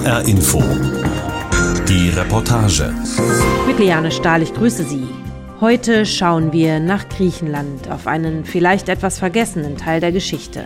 HR Info. Die Reportage. Mit Liane Stahl, ich grüße Sie. Heute schauen wir nach Griechenland, auf einen vielleicht etwas vergessenen Teil der Geschichte.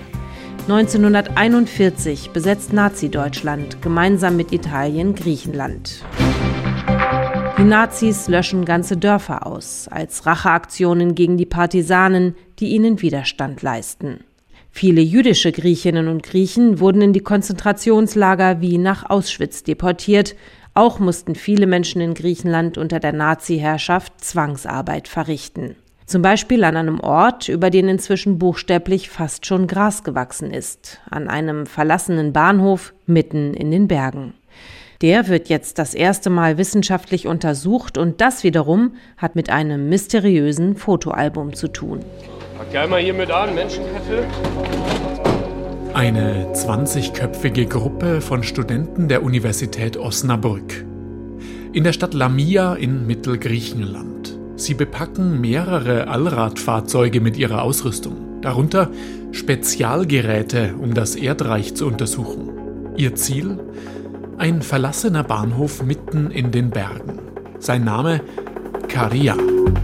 1941 besetzt Nazi-Deutschland gemeinsam mit Italien Griechenland. Die Nazis löschen ganze Dörfer aus, als Racheaktionen gegen die Partisanen, die ihnen Widerstand leisten. Viele jüdische Griechinnen und Griechen wurden in die Konzentrationslager wie nach Auschwitz deportiert. Auch mussten viele Menschen in Griechenland unter der Nazi-Herrschaft Zwangsarbeit verrichten. Zum Beispiel an einem Ort, über den inzwischen buchstäblich fast schon Gras gewachsen ist, an einem verlassenen Bahnhof mitten in den Bergen. Der wird jetzt das erste Mal wissenschaftlich untersucht und das wiederum hat mit einem mysteriösen Fotoalbum zu tun. Pack gleich mal hier mit an, Menschenkette. Eine 20-köpfige Gruppe von Studenten der Universität Osnabrück. In der Stadt Lamia in Mittelgriechenland. Sie bepacken mehrere Allradfahrzeuge mit ihrer Ausrüstung, darunter Spezialgeräte, um das Erdreich zu untersuchen. Ihr Ziel? Ein verlassener Bahnhof mitten in den Bergen. Sein Name? Karia.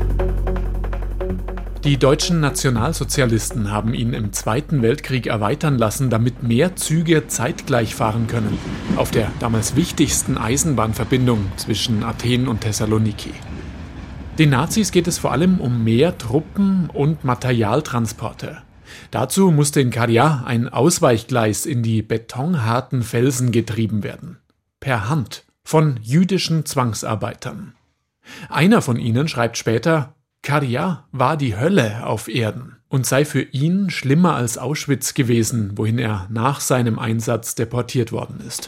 Die deutschen Nationalsozialisten haben ihn im Zweiten Weltkrieg erweitern lassen, damit mehr Züge zeitgleich fahren können, auf der damals wichtigsten Eisenbahnverbindung zwischen Athen und Thessaloniki. Den Nazis geht es vor allem um mehr Truppen und Materialtransporte. Dazu musste in Karia ein Ausweichgleis in die betonharten Felsen getrieben werden. Per Hand von jüdischen Zwangsarbeitern. Einer von ihnen schreibt später: Karia war die Hölle auf Erden und sei für ihn schlimmer als Auschwitz gewesen, wohin er nach seinem Einsatz deportiert worden ist.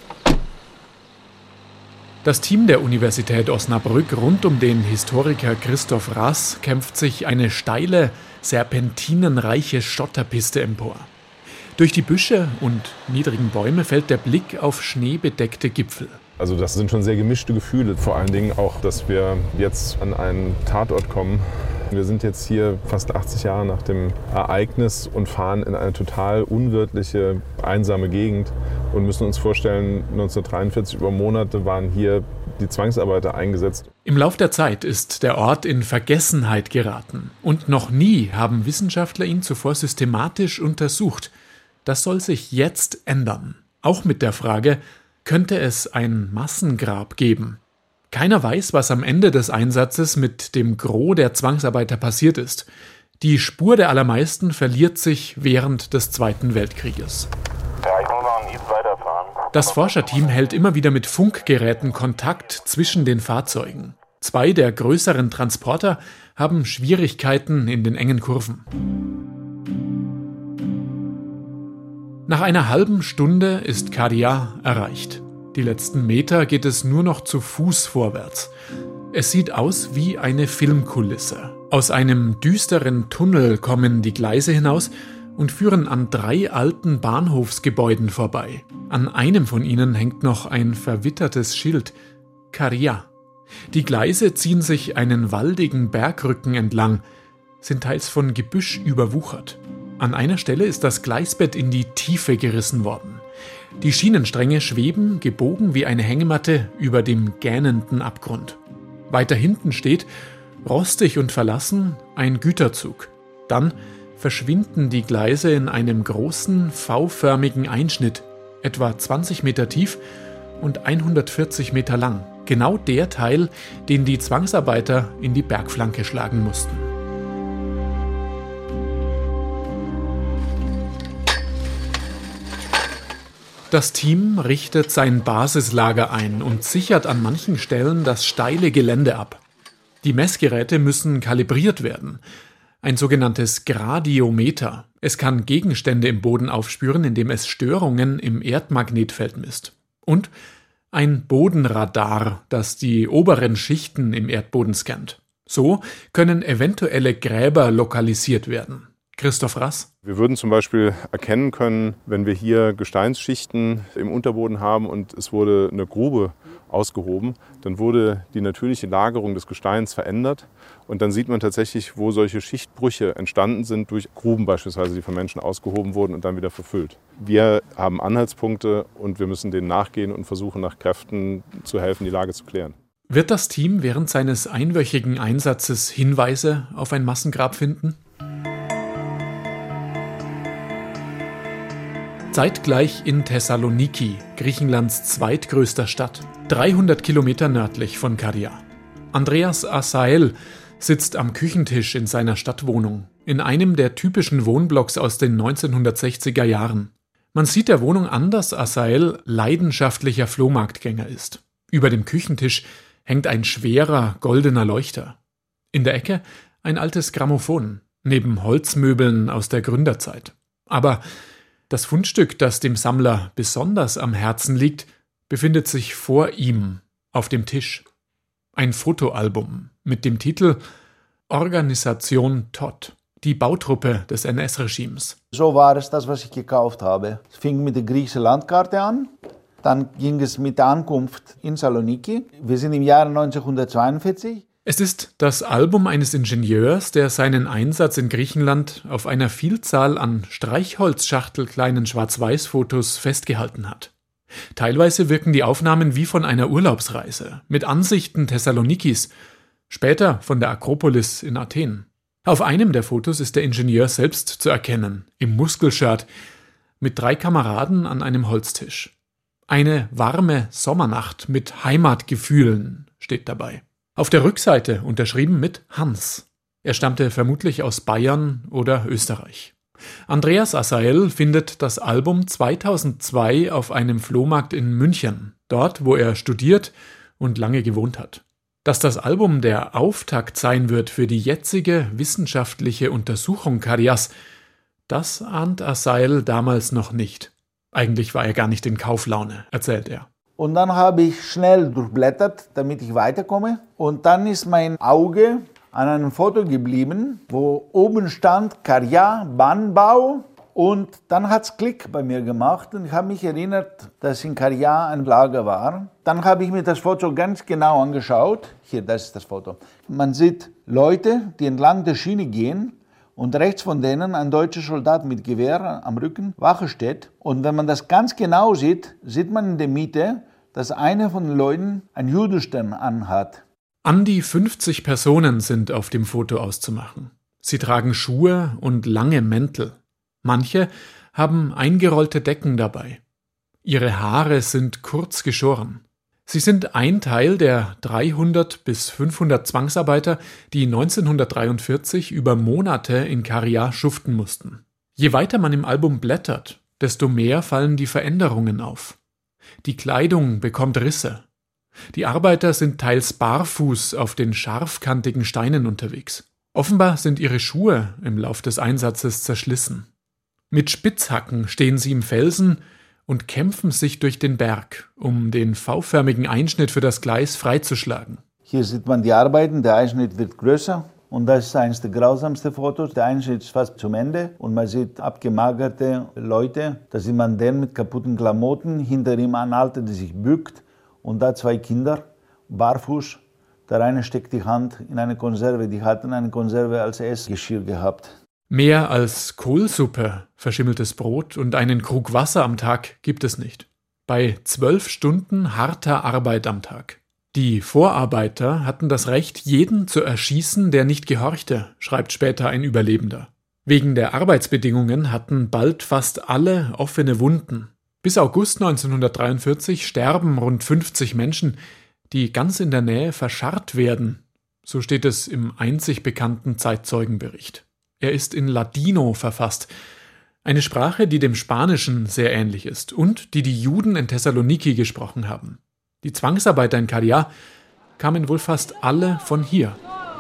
Das Team der Universität Osnabrück rund um den Historiker Christoph Rass kämpft sich eine steile, serpentinenreiche Schotterpiste empor. Durch die Büsche und niedrigen Bäume fällt der Blick auf schneebedeckte Gipfel. Also das sind schon sehr gemischte Gefühle. Vor allen Dingen auch, dass wir jetzt an einen Tatort kommen. Wir sind jetzt hier fast 80 Jahre nach dem Ereignis und fahren in eine total unwirtliche, einsame Gegend und müssen uns vorstellen, 1943 über Monate waren hier die Zwangsarbeiter eingesetzt. Im Lauf der Zeit ist der Ort in Vergessenheit geraten. Und noch nie haben Wissenschaftler ihn zuvor systematisch untersucht. Das soll sich jetzt ändern. Auch mit der Frage: Könnte es ein Massengrab geben? Keiner weiß, was am Ende des Einsatzes mit dem Gros der Zwangsarbeiter passiert ist. Die Spur der allermeisten verliert sich während des Zweiten Weltkrieges. Ja, ich muss noch einen East weiterfahren. Das Forscherteam hält immer wieder mit Funkgeräten Kontakt zwischen den Fahrzeugen. 2 der größeren Transporter haben Schwierigkeiten in den engen Kurven. Nach einer halben Stunde ist Karia erreicht. Die letzten Meter geht es nur noch zu Fuß vorwärts. Es sieht aus wie eine Filmkulisse. Aus einem düsteren Tunnel kommen die Gleise hinaus und führen an 3 alten Bahnhofsgebäuden vorbei. An einem von ihnen hängt noch ein verwittertes Schild: Karia. Die Gleise ziehen sich einen waldigen Bergrücken entlang, sind teils von Gebüsch überwuchert. An einer Stelle ist das Gleisbett in die Tiefe gerissen worden. Die Schienenstränge schweben, gebogen wie eine Hängematte, über dem gähnenden Abgrund. Weiter hinten steht, rostig und verlassen, ein Güterzug. Dann verschwinden die Gleise in einem großen, V-förmigen Einschnitt, etwa 20 Meter tief und 140 Meter lang. Genau der Teil, den die Zwangsarbeiter in die Bergflanke schlagen mussten. Das Team richtet sein Basislager ein und sichert an manchen Stellen das steile Gelände ab. Die Messgeräte müssen kalibriert werden. Ein sogenanntes Gradiometer. Es kann Gegenstände im Boden aufspüren, indem es Störungen im Erdmagnetfeld misst. Und ein Bodenradar, das die oberen Schichten im Erdboden scannt. So können eventuelle Gräber lokalisiert werden. Christoph Rass. Wir würden zum Beispiel erkennen können, wenn wir hier Gesteinsschichten im Unterboden haben und es wurde eine Grube ausgehoben, dann wurde die natürliche Lagerung des Gesteins verändert und dann sieht man tatsächlich, wo solche Schichtbrüche entstanden sind durch Gruben beispielsweise, die von Menschen ausgehoben wurden und dann wieder verfüllt. Wir haben Anhaltspunkte und wir müssen denen nachgehen und versuchen nach Kräften zu helfen, die Lage zu klären. Wird das Team während seines einwöchigen Einsatzes Hinweise auf ein Massengrab finden? Zeitgleich in Thessaloniki, Griechenlands zweitgrößter Stadt, 300 Kilometer nördlich von Karia. Andreas Asael sitzt am Küchentisch in seiner Stadtwohnung, in einem der typischen Wohnblocks aus den 1960er Jahren. Man sieht der Wohnung an, dass Asael leidenschaftlicher Flohmarktgänger ist. Über dem Küchentisch hängt ein schwerer, goldener Leuchter. In der Ecke ein altes Grammophon, neben Holzmöbeln aus der Gründerzeit. Aber das Fundstück, das dem Sammler besonders am Herzen liegt, befindet sich vor ihm auf dem Tisch. Ein Fotoalbum mit dem Titel Organisation Todt, die Bautruppe des NS-Regimes. So war es das, was ich gekauft habe. Es fing mit der griechischen Landkarte an, dann ging es mit der Ankunft in Saloniki. Wir sind im Jahre 1942. Es ist das Album eines Ingenieurs, der seinen Einsatz in Griechenland auf einer Vielzahl an streichholzschachtelkleinen Schwarz-Weiß-Fotos festgehalten hat. Teilweise wirken die Aufnahmen wie von einer Urlaubsreise, mit Ansichten Thessalonikis, später von der Akropolis in Athen. Auf einem der Fotos ist der Ingenieur selbst zu erkennen, im Muskelshirt, mit 3 Kameraden an einem Holztisch. Eine warme Sommernacht mit Heimatgefühlen steht dabei. Auf der Rückseite unterschrieben mit Hans. Er stammte vermutlich aus Bayern oder Österreich. Andreas Asael findet das Album 2002 auf einem Flohmarkt in München, dort, wo er studiert und lange gewohnt hat. Dass das Album der Auftakt sein wird für die jetzige wissenschaftliche Untersuchung Karias, das ahnt Asael damals noch nicht. Eigentlich war er gar nicht in Kauflaune, erzählt er. Und dann habe ich schnell durchblättert, damit ich weiterkomme. Und dann ist mein Auge an einem Foto geblieben, wo oben stand Karia Bahnbau. Und dann hat es Klick bei mir gemacht und ich habe mich erinnert, dass in Karia ein Lager war. Dann habe ich mir das Foto ganz genau angeschaut. Hier, das ist das Foto. Man sieht Leute, die entlang der Schiene gehen. Und rechts von denen ein deutscher Soldat mit Gewehr am Rücken Wache steht. Und wenn man das ganz genau sieht, sieht man in der Mitte, dass einer von den Leuten einen Judenstern anhat. An die 50 Personen sind auf dem Foto auszumachen. Sie tragen Schuhe und lange Mäntel. Manche haben eingerollte Decken dabei. Ihre Haare sind kurz geschoren. Sie sind ein Teil der 300 bis 500 Zwangsarbeiter, die 1943 über Monate in Karia schuften mussten. Je weiter man im Album blättert, desto mehr fallen die Veränderungen auf. Die Kleidung bekommt Risse. Die Arbeiter sind teils barfuß auf den scharfkantigen Steinen unterwegs. Offenbar sind ihre Schuhe im Lauf des Einsatzes zerschlissen. Mit Spitzhacken stehen sie im Felsen und kämpfen sich durch den Berg, um den V-förmigen Einschnitt für das Gleis freizuschlagen. Hier sieht man die Arbeiten, der Einschnitt wird größer und das ist eines der grausamsten Fotos. Der Einschnitt ist fast zum Ende und man sieht abgemagerte Leute. Da sieht man den mit kaputten Klamotten, hinter ihm ein Alter, der sich bückt und da 2 Kinder, barfuß. Der eine steckt die Hand in eine Konserve, die hatten eine Konserve als Essgeschirr gehabt. Mehr als Kohlsuppe, verschimmeltes Brot und einen Krug Wasser am Tag gibt es nicht. Bei 12 Stunden harter Arbeit am Tag. Die Vorarbeiter hatten das Recht, jeden zu erschießen, der nicht gehorchte, schreibt später ein Überlebender. Wegen der Arbeitsbedingungen hatten bald fast alle offene Wunden. Bis August 1943 sterben rund 50 Menschen, die ganz in der Nähe verscharrt werden. So steht es im einzig bekannten Zeitzeugenbericht. Er ist in Ladino verfasst, eine Sprache, die dem Spanischen sehr ähnlich ist und die die Juden in Thessaloniki gesprochen haben. Die Zwangsarbeiter in Karia kamen wohl fast alle von hier.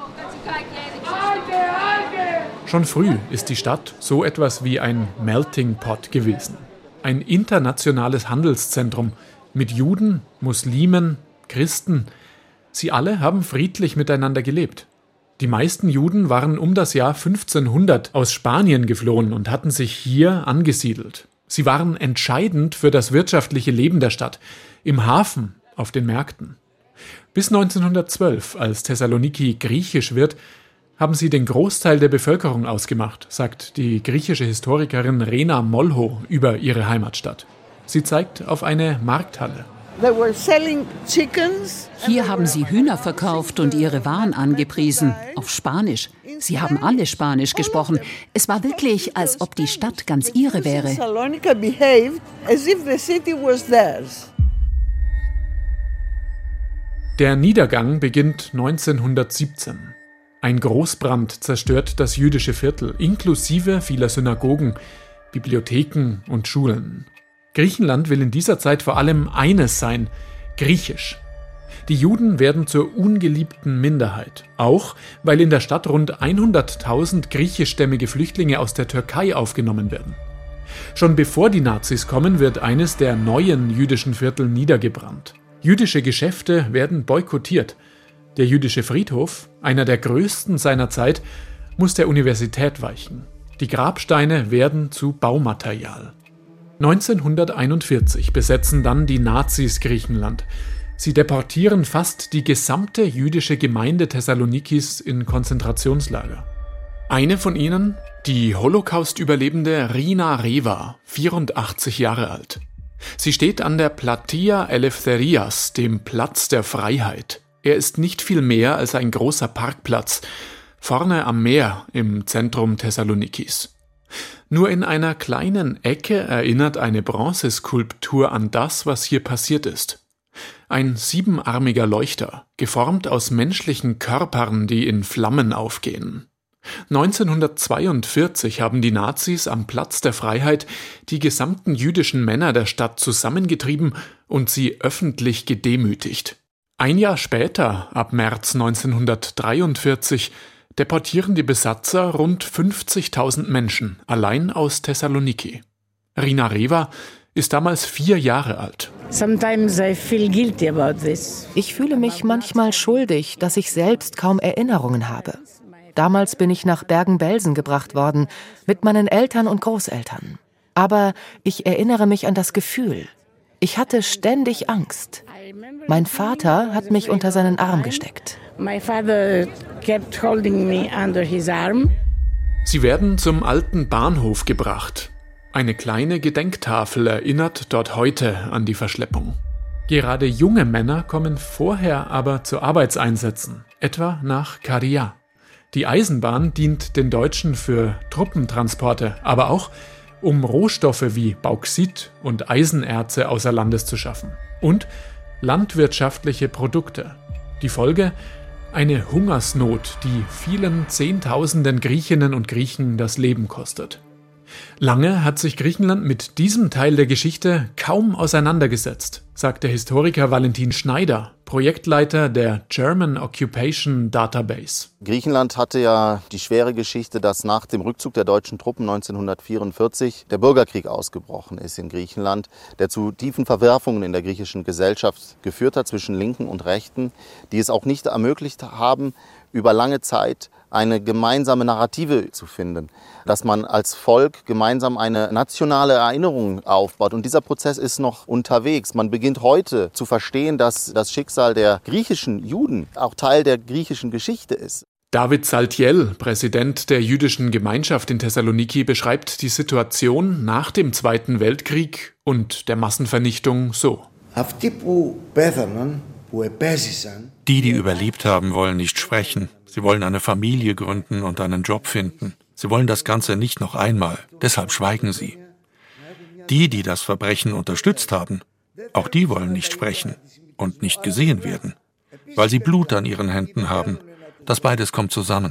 Schon früh ist die Stadt so etwas wie ein Melting Pot gewesen. Ein internationales Handelszentrum mit Juden, Muslimen, Christen. Sie alle haben friedlich miteinander gelebt. Die meisten Juden waren um das Jahr 1500 aus Spanien geflohen und hatten sich hier angesiedelt. Sie waren entscheidend für das wirtschaftliche Leben der Stadt, im Hafen, auf den Märkten. Bis 1912, als Thessaloniki griechisch wird, haben sie den Großteil der Bevölkerung ausgemacht, sagt die griechische Historikerin Rena Molho über ihre Heimatstadt. Sie zeigt auf eine Markthalle. Hier haben sie Hühner verkauft und ihre Waren angepriesen, auf Spanisch. Sie haben alle Spanisch gesprochen. Es war wirklich, als ob die Stadt ganz ihre wäre. Der Niedergang beginnt 1917. Ein Großbrand zerstört das jüdische Viertel, inklusive vieler Synagogen, Bibliotheken und Schulen. Griechenland will in dieser Zeit vor allem eines sein: Griechisch. Die Juden werden zur ungeliebten Minderheit, auch weil in der Stadt rund 100.000 griechischstämmige Flüchtlinge aus der Türkei aufgenommen werden. Schon bevor die Nazis kommen, wird eines der neuen jüdischen Viertel niedergebrannt. Jüdische Geschäfte werden boykottiert. Der jüdische Friedhof, einer der größten seiner Zeit, muss der Universität weichen. Die Grabsteine werden zu Baumaterial. 1941 besetzen dann die Nazis Griechenland. Sie deportieren fast die gesamte jüdische Gemeinde Thessalonikis in Konzentrationslager. Eine von ihnen, die Holocaust-Überlebende Rina Reva, 84 Jahre alt. Sie steht an der Platia Eleftherias, dem Platz der Freiheit. Er ist nicht viel mehr als ein großer Parkplatz, vorne am Meer im Zentrum Thessalonikis. Nur in einer kleinen Ecke erinnert eine Bronzeskulptur an das, was hier passiert ist. Ein siebenarmiger Leuchter, geformt aus menschlichen Körpern, die in Flammen aufgehen. 1942 haben die Nazis am Platz der Freiheit die gesamten jüdischen Männer der Stadt zusammengetrieben und sie öffentlich gedemütigt. Ein Jahr später, ab März 1943, deportieren die Besatzer rund 50.000 Menschen, allein aus Thessaloniki. Rina Reva ist damals 4 Jahre alt. Ich fühle mich manchmal schuldig, dass ich selbst kaum Erinnerungen habe. Damals bin ich nach Bergen-Belsen gebracht worden, mit meinen Eltern und Großeltern. Aber ich erinnere mich an das Gefühl. Ich hatte ständig Angst. Mein Vater hat mich unter seinen Arm gesteckt. Sie werden zum alten Bahnhof gebracht. Eine kleine Gedenktafel erinnert dort heute an die Verschleppung. Gerade junge Männer kommen vorher aber zu Arbeitseinsätzen, etwa nach Karia. Die Eisenbahn dient den Deutschen für Truppentransporte, aber auch um Rohstoffe wie Bauxit und Eisenerze außer Landes zu schaffen. Und landwirtschaftliche Produkte. Die Folge? Eine Hungersnot, die vielen Zehntausenden Griechinnen und Griechen das Leben kostet. Lange hat sich Griechenland mit diesem Teil der Geschichte kaum auseinandergesetzt, sagt der Historiker Valentin Schneider, Projektleiter der German Occupation Database. Griechenland hatte ja die schwere Geschichte, dass nach dem Rückzug der deutschen Truppen 1944 der Bürgerkrieg ausgebrochen ist in Griechenland, der zu tiefen Verwerfungen in der griechischen Gesellschaft geführt hat zwischen Linken und Rechten, die es auch nicht ermöglicht haben, über lange Zeit eine gemeinsame Narrative zu finden, dass man als Volk gemeinsam eine nationale Erinnerung aufbaut. Und dieser Prozess ist noch unterwegs. Man beginnt heute zu verstehen, dass das Schicksal der griechischen Juden auch Teil der griechischen Geschichte ist. David Saltiel, Präsident der jüdischen Gemeinschaft in Thessaloniki, beschreibt die Situation nach dem Zweiten Weltkrieg und der Massenvernichtung so. Die überlebt haben, wollen nicht sprechen. Sie wollen eine Familie gründen und einen Job finden. Sie wollen das Ganze nicht noch einmal. Deshalb schweigen sie. Die das Verbrechen unterstützt haben, auch die wollen nicht sprechen und nicht gesehen werden, weil sie Blut an ihren Händen haben. Das beides kommt zusammen.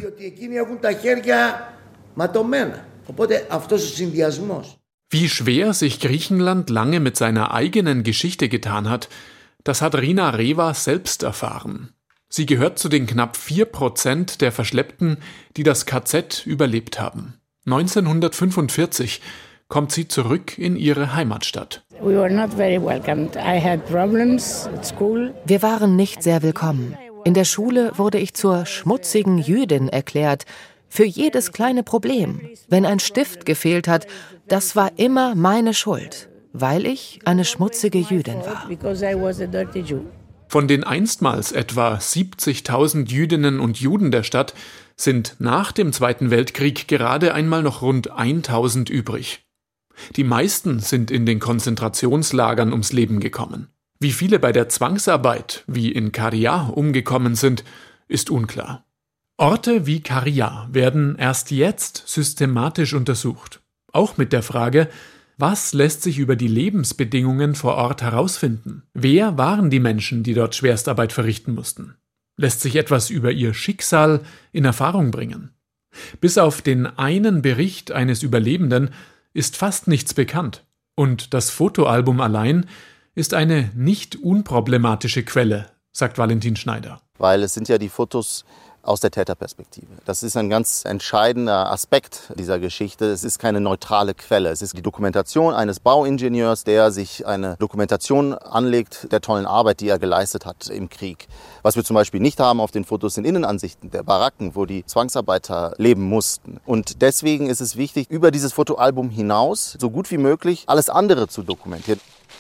Wie schwer sich Griechenland lange mit seiner eigenen Geschichte getan hat, das hat Rina Reva selbst erfahren. Sie gehört zu den knapp 4% der Verschleppten, die das KZ überlebt haben. 1945 kommt sie zurück in ihre Heimatstadt. Wir waren nicht sehr willkommen. In der Schule wurde ich zur schmutzigen Jüdin erklärt. Für jedes kleine Problem. Wenn ein Stift gefehlt hat, das war immer meine Schuld, weil ich eine schmutzige Jüdin war. Von den einstmals etwa 70.000 Jüdinnen und Juden der Stadt sind nach dem Zweiten Weltkrieg gerade einmal noch rund 1.000 übrig. Die meisten sind in den Konzentrationslagern ums Leben gekommen. Wie viele bei der Zwangsarbeit, wie in Karia, umgekommen sind, ist unklar. Orte wie Karia werden erst jetzt systematisch untersucht. Auch mit der Frage, was lässt sich über die Lebensbedingungen vor Ort herausfinden? Wer waren die Menschen, die dort Schwerstarbeit verrichten mussten? Lässt sich etwas über ihr Schicksal in Erfahrung bringen? Bis auf den einen Bericht eines Überlebenden ist fast nichts bekannt. Und das Fotoalbum allein ist eine nicht unproblematische Quelle, sagt Valentin Schneider. Weil es sind ja die Fotos aus der Täterperspektive. Das ist ein ganz entscheidender Aspekt dieser Geschichte. Es ist keine neutrale Quelle. Es ist die Dokumentation eines Bauingenieurs, der sich eine Dokumentation anlegt der tollen Arbeit, die er geleistet hat im Krieg. Was wir zum Beispiel nicht haben auf den Fotos sind Innenansichten der Baracken, wo die Zwangsarbeiter leben mussten. Und deswegen ist es wichtig, über dieses Fotoalbum hinaus so gut wie möglich alles andere zu dokumentieren.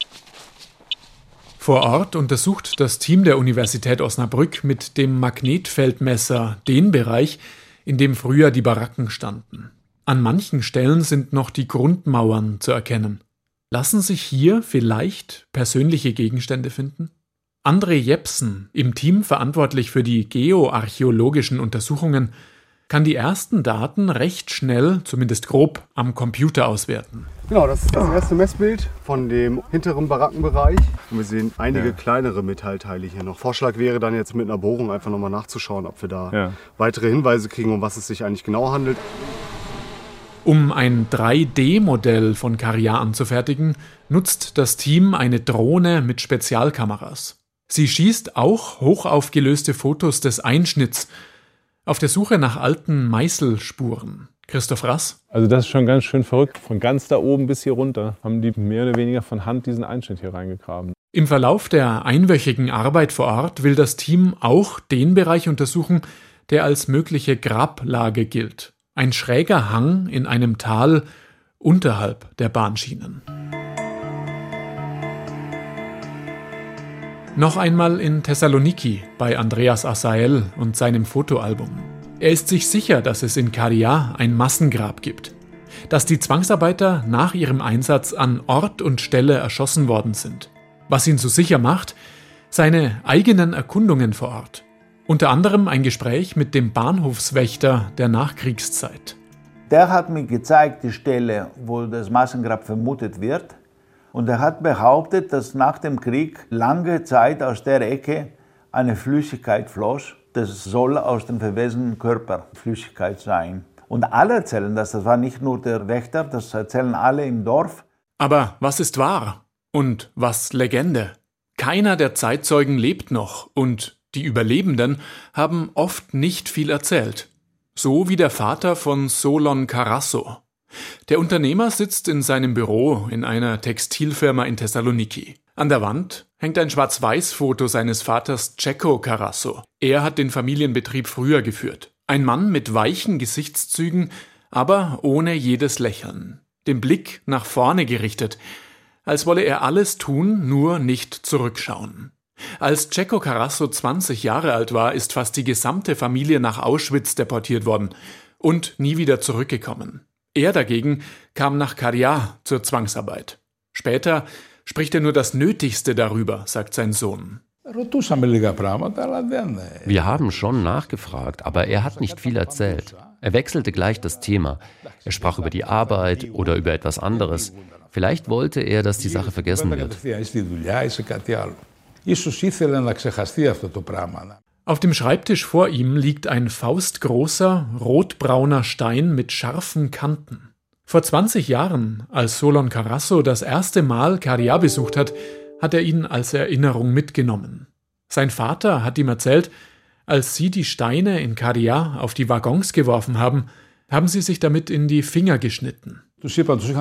Vor Ort untersucht das Team der Universität Osnabrück mit dem Magnetfeldmesser den Bereich, in dem früher die Baracken standen. An manchen Stellen sind noch die Grundmauern zu erkennen. Lassen sich hier vielleicht persönliche Gegenstände finden? André Jepsen, im Team verantwortlich für die geoarchäologischen Untersuchungen, kann die ersten Daten recht schnell, zumindest grob, am Computer auswerten. Genau, das ist das erste Messbild von dem hinteren Barackenbereich. Und wir sehen einige kleinere Metallteile hier noch. Vorschlag wäre dann jetzt mit einer Bohrung einfach nochmal nachzuschauen, ob wir da weitere Hinweise kriegen, um was es sich eigentlich genau handelt. Um ein 3D-Modell von Karia anzufertigen, nutzt das Team eine Drohne mit Spezialkameras. Sie schießt auch hochaufgelöste Fotos des Einschnitts, auf der Suche nach alten Meißelspuren. Christoph Rass? Also das ist schon ganz schön verrückt. Von ganz da oben bis hier runter haben die mehr oder weniger von Hand diesen Einschnitt hier reingegraben. Im Verlauf der einwöchigen Arbeit vor Ort will das Team auch den Bereich untersuchen, der als mögliche Grablage gilt. Ein schräger Hang in einem Tal unterhalb der Bahnschienen. Noch einmal in Thessaloniki bei Andreas Asael und seinem Fotoalbum. Er ist sich sicher, dass es in Karia ein Massengrab gibt. Dass die Zwangsarbeiter nach ihrem Einsatz an Ort und Stelle erschossen worden sind. Was ihn so sicher macht, seine eigenen Erkundungen vor Ort. Unter anderem ein Gespräch mit dem Bahnhofswächter der Nachkriegszeit. Der hat mir gezeigt, die Stelle, wo das Massengrab vermutet wird. Und er hat behauptet, dass nach dem Krieg lange Zeit aus der Ecke eine Flüssigkeit floss. Das soll aus dem verwesenden Körper Flüssigkeit sein. Und alle erzählen das. Das war nicht nur der Wächter, das erzählen alle im Dorf. Aber was ist wahr? Und was Legende? Keiner der Zeitzeugen lebt noch und die Überlebenden haben oft nicht viel erzählt. So wie der Vater von Solon Karasso. Der Unternehmer sitzt in seinem Büro in einer Textilfirma in Thessaloniki. An der Wand hängt ein Schwarz-Weiß-Foto seines Vaters Cecco Karasso. Er hat den Familienbetrieb früher geführt. Ein Mann mit weichen Gesichtszügen, aber ohne jedes Lächeln. Den Blick nach vorne gerichtet, als wolle er alles tun, nur nicht zurückschauen. Als Cecco Karasso 20 Jahre alt war, ist fast die gesamte Familie nach Auschwitz deportiert worden und nie wieder zurückgekommen. Er dagegen kam nach Karia zur Zwangsarbeit. Später spricht er nur das Nötigste darüber, sagt sein Sohn. Wir haben schon nachgefragt, aber er hat nicht viel erzählt. Er wechselte gleich das Thema. Er sprach über die Arbeit oder über etwas anderes. Vielleicht wollte er, dass die Sache vergessen wird. Auf dem Schreibtisch vor ihm liegt ein faustgroßer, rotbrauner Stein mit scharfen Kanten. Vor 20 Jahren, als Solon Karasso das erste Mal Karia besucht hat, hat er ihn als Erinnerung mitgenommen. Sein Vater hat ihm erzählt, als sie die Steine in Karia auf die Waggons geworfen haben, haben sie sich damit in die Finger geschnitten. Sie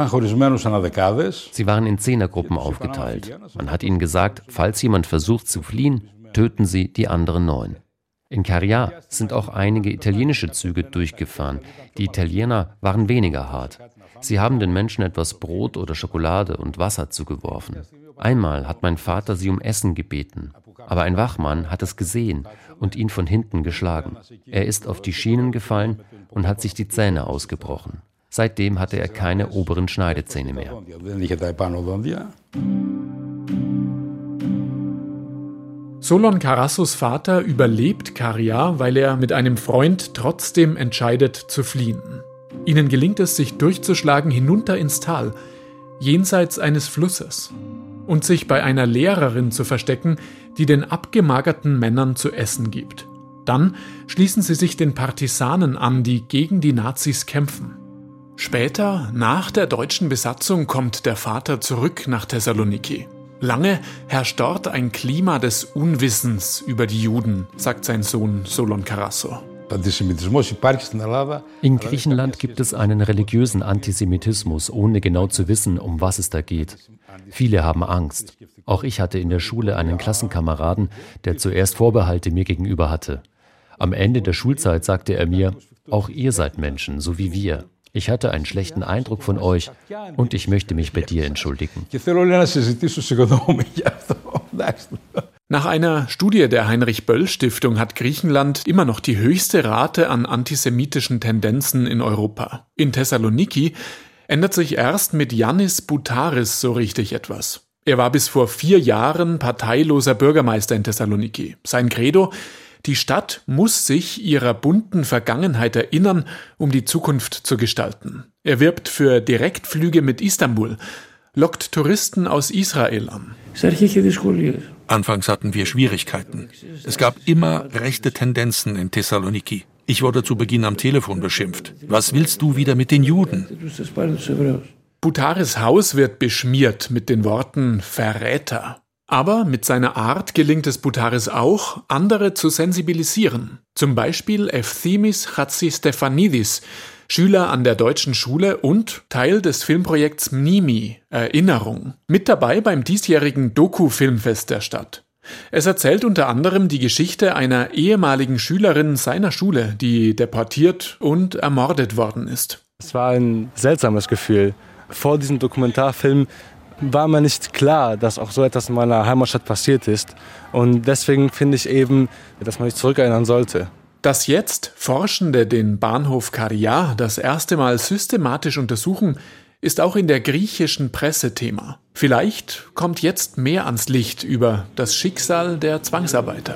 waren in Zehnergruppen aufgeteilt. Man hat ihnen gesagt, falls jemand versucht zu fliehen, töten sie die anderen 9. In Caria sind auch einige italienische Züge durchgefahren. Die Italiener waren weniger hart. Sie haben den Menschen etwas Brot oder Schokolade und Wasser zugeworfen. Einmal hat mein Vater sie um Essen gebeten. Aber ein Wachmann hat es gesehen und ihn von hinten geschlagen. Er ist auf die Schienen gefallen und hat sich die Zähne ausgebrochen. Seitdem hatte er keine oberen Schneidezähne mehr. Solon Karassos Vater überlebt Caria, weil er mit einem Freund trotzdem entscheidet zu fliehen. Ihnen gelingt es, sich durchzuschlagen hinunter ins Tal, jenseits eines Flusses, und sich bei einer Lehrerin zu verstecken, die den abgemagerten Männern zu essen gibt. Dann schließen sie sich den Partisanen an, die gegen die Nazis kämpfen. Später, nach der deutschen Besatzung, kommt der Vater zurück nach Thessaloniki. Lange herrscht dort ein Klima des Unwissens über die Juden, sagt sein Sohn Solon Karasso. In Griechenland gibt es einen religiösen Antisemitismus, ohne genau zu wissen, um was es da geht. Viele haben Angst. Auch ich hatte in der Schule einen Klassenkameraden, der zuerst Vorbehalte mir gegenüber hatte. Am Ende der Schulzeit sagte er mir, auch ihr seid Menschen, so wie wir. Ich hatte einen schlechten Eindruck von euch und ich möchte mich bei dir entschuldigen. Nach einer Studie der Heinrich-Böll-Stiftung hat Griechenland immer noch die höchste Rate an antisemitischen Tendenzen in Europa. In Thessaloniki ändert sich erst mit Yannis Boutaris so richtig etwas. Er war bis vor 4 Jahren parteiloser Bürgermeister in Thessaloniki. Sein Credo: Die Stadt muss sich ihrer bunten Vergangenheit erinnern, um die Zukunft zu gestalten. Er wirbt für Direktflüge mit Istanbul, lockt Touristen aus Israel an. Anfangs hatten wir Schwierigkeiten. Es gab immer rechte Tendenzen in Thessaloniki. Ich wurde zu Beginn am Telefon beschimpft. Was willst du wieder mit den Juden? Boutaris' Haus wird beschmiert mit den Worten Verräter. Aber mit seiner Art gelingt es Boutaris auch, andere zu sensibilisieren. Zum Beispiel Ephthimis Chatzistefanidis, Schüler an der deutschen Schule und Teil des Filmprojekts Mnimi, Erinnerung. Mit dabei beim diesjährigen Doku-Filmfest der Stadt. Es erzählt unter anderem die Geschichte einer ehemaligen Schülerin seiner Schule, die deportiert und ermordet worden ist. Es war ein seltsames Gefühl. Vor diesem Dokumentarfilm war mir nicht klar, dass auch so etwas in meiner Heimatstadt passiert ist. Und deswegen finde ich eben, dass man sich zurückerinnern sollte. Dass jetzt Forschende den Bahnhof Caria das erste Mal systematisch untersuchen, ist auch in der griechischen Presse Thema. Vielleicht kommt jetzt mehr ans Licht über das Schicksal der Zwangsarbeiter.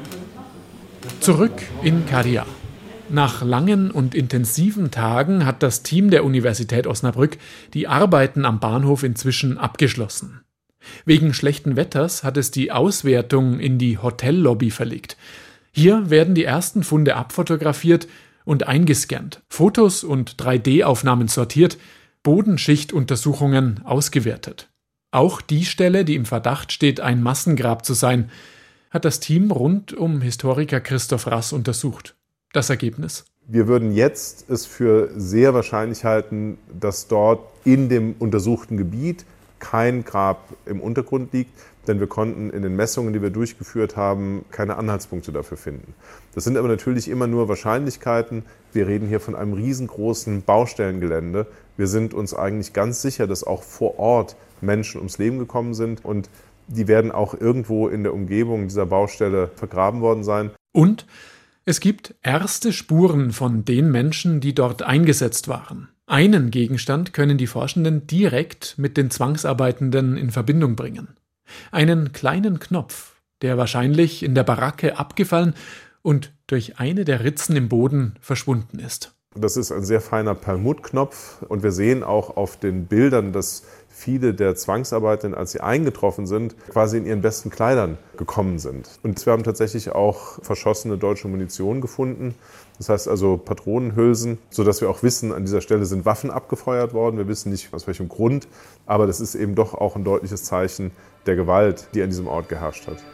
Zurück in Caria. Nach langen und intensiven Tagen hat das Team der Universität Osnabrück die Arbeiten am Bahnhof inzwischen abgeschlossen. Wegen schlechten Wetters hat es die Auswertung in die Hotellobby verlegt. Hier werden die ersten Funde abfotografiert und eingescannt, Fotos und 3D-Aufnahmen sortiert, Bodenschichtuntersuchungen ausgewertet. Auch die Stelle, die im Verdacht steht, ein Massengrab zu sein, hat das Team rund um Historiker Christoph Rass untersucht. Das Ergebnis? Wir würden jetzt es für sehr wahrscheinlich halten, dass dort in dem untersuchten Gebiet kein Grab im Untergrund liegt, denn wir konnten in den Messungen, die wir durchgeführt haben, keine Anhaltspunkte dafür finden. Das sind aber natürlich immer nur Wahrscheinlichkeiten. Wir reden hier von einem riesengroßen Baustellengelände. Wir sind uns eigentlich ganz sicher, dass auch vor Ort Menschen ums Leben gekommen sind und die werden auch irgendwo in der Umgebung dieser Baustelle vergraben worden sein. Und es gibt erste Spuren von den Menschen, die dort eingesetzt waren. Einen Gegenstand können die Forschenden direkt mit den Zwangsarbeitenden in Verbindung bringen. Einen kleinen Knopf, der wahrscheinlich in der Baracke abgefallen und durch eine der Ritzen im Boden verschwunden ist. Das ist ein sehr feiner Perlmuttknopf und wir sehen auch auf den Bildern, dass viele der Zwangsarbeitenden, als sie eingetroffen sind, quasi in ihren besten Kleidern gekommen sind. Und wir haben tatsächlich auch verschossene deutsche Munition gefunden. Das heißt also Patronenhülsen, sodass wir auch wissen, an dieser Stelle sind Waffen abgefeuert worden. Wir wissen nicht, aus welchem Grund, aber das ist eben doch auch ein deutliches Zeichen der Gewalt, die an diesem Ort geherrscht hat.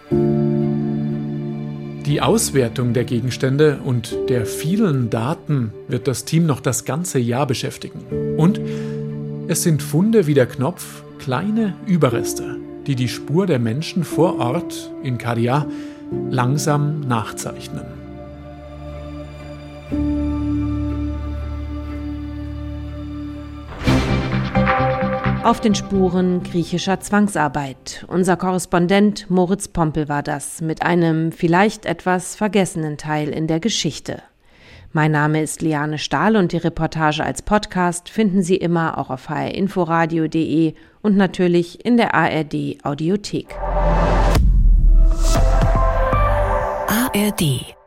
Die Auswertung der Gegenstände und der vielen Daten wird das Team noch das ganze Jahr beschäftigen. Und es sind Funde wie der Knopf, kleine Überreste, die die Spur der Menschen vor Ort in Caria langsam nachzeichnen. Auf den Spuren griechischer Zwangsarbeit. Unser Korrespondent Moritz Pompel war das, mit einem vielleicht etwas vergessenen Teil in der Geschichte. Mein Name ist Liane Stahl und die Reportage als Podcast finden Sie immer auch auf hrinforadio.de und natürlich in der ARD Audiothek. ARD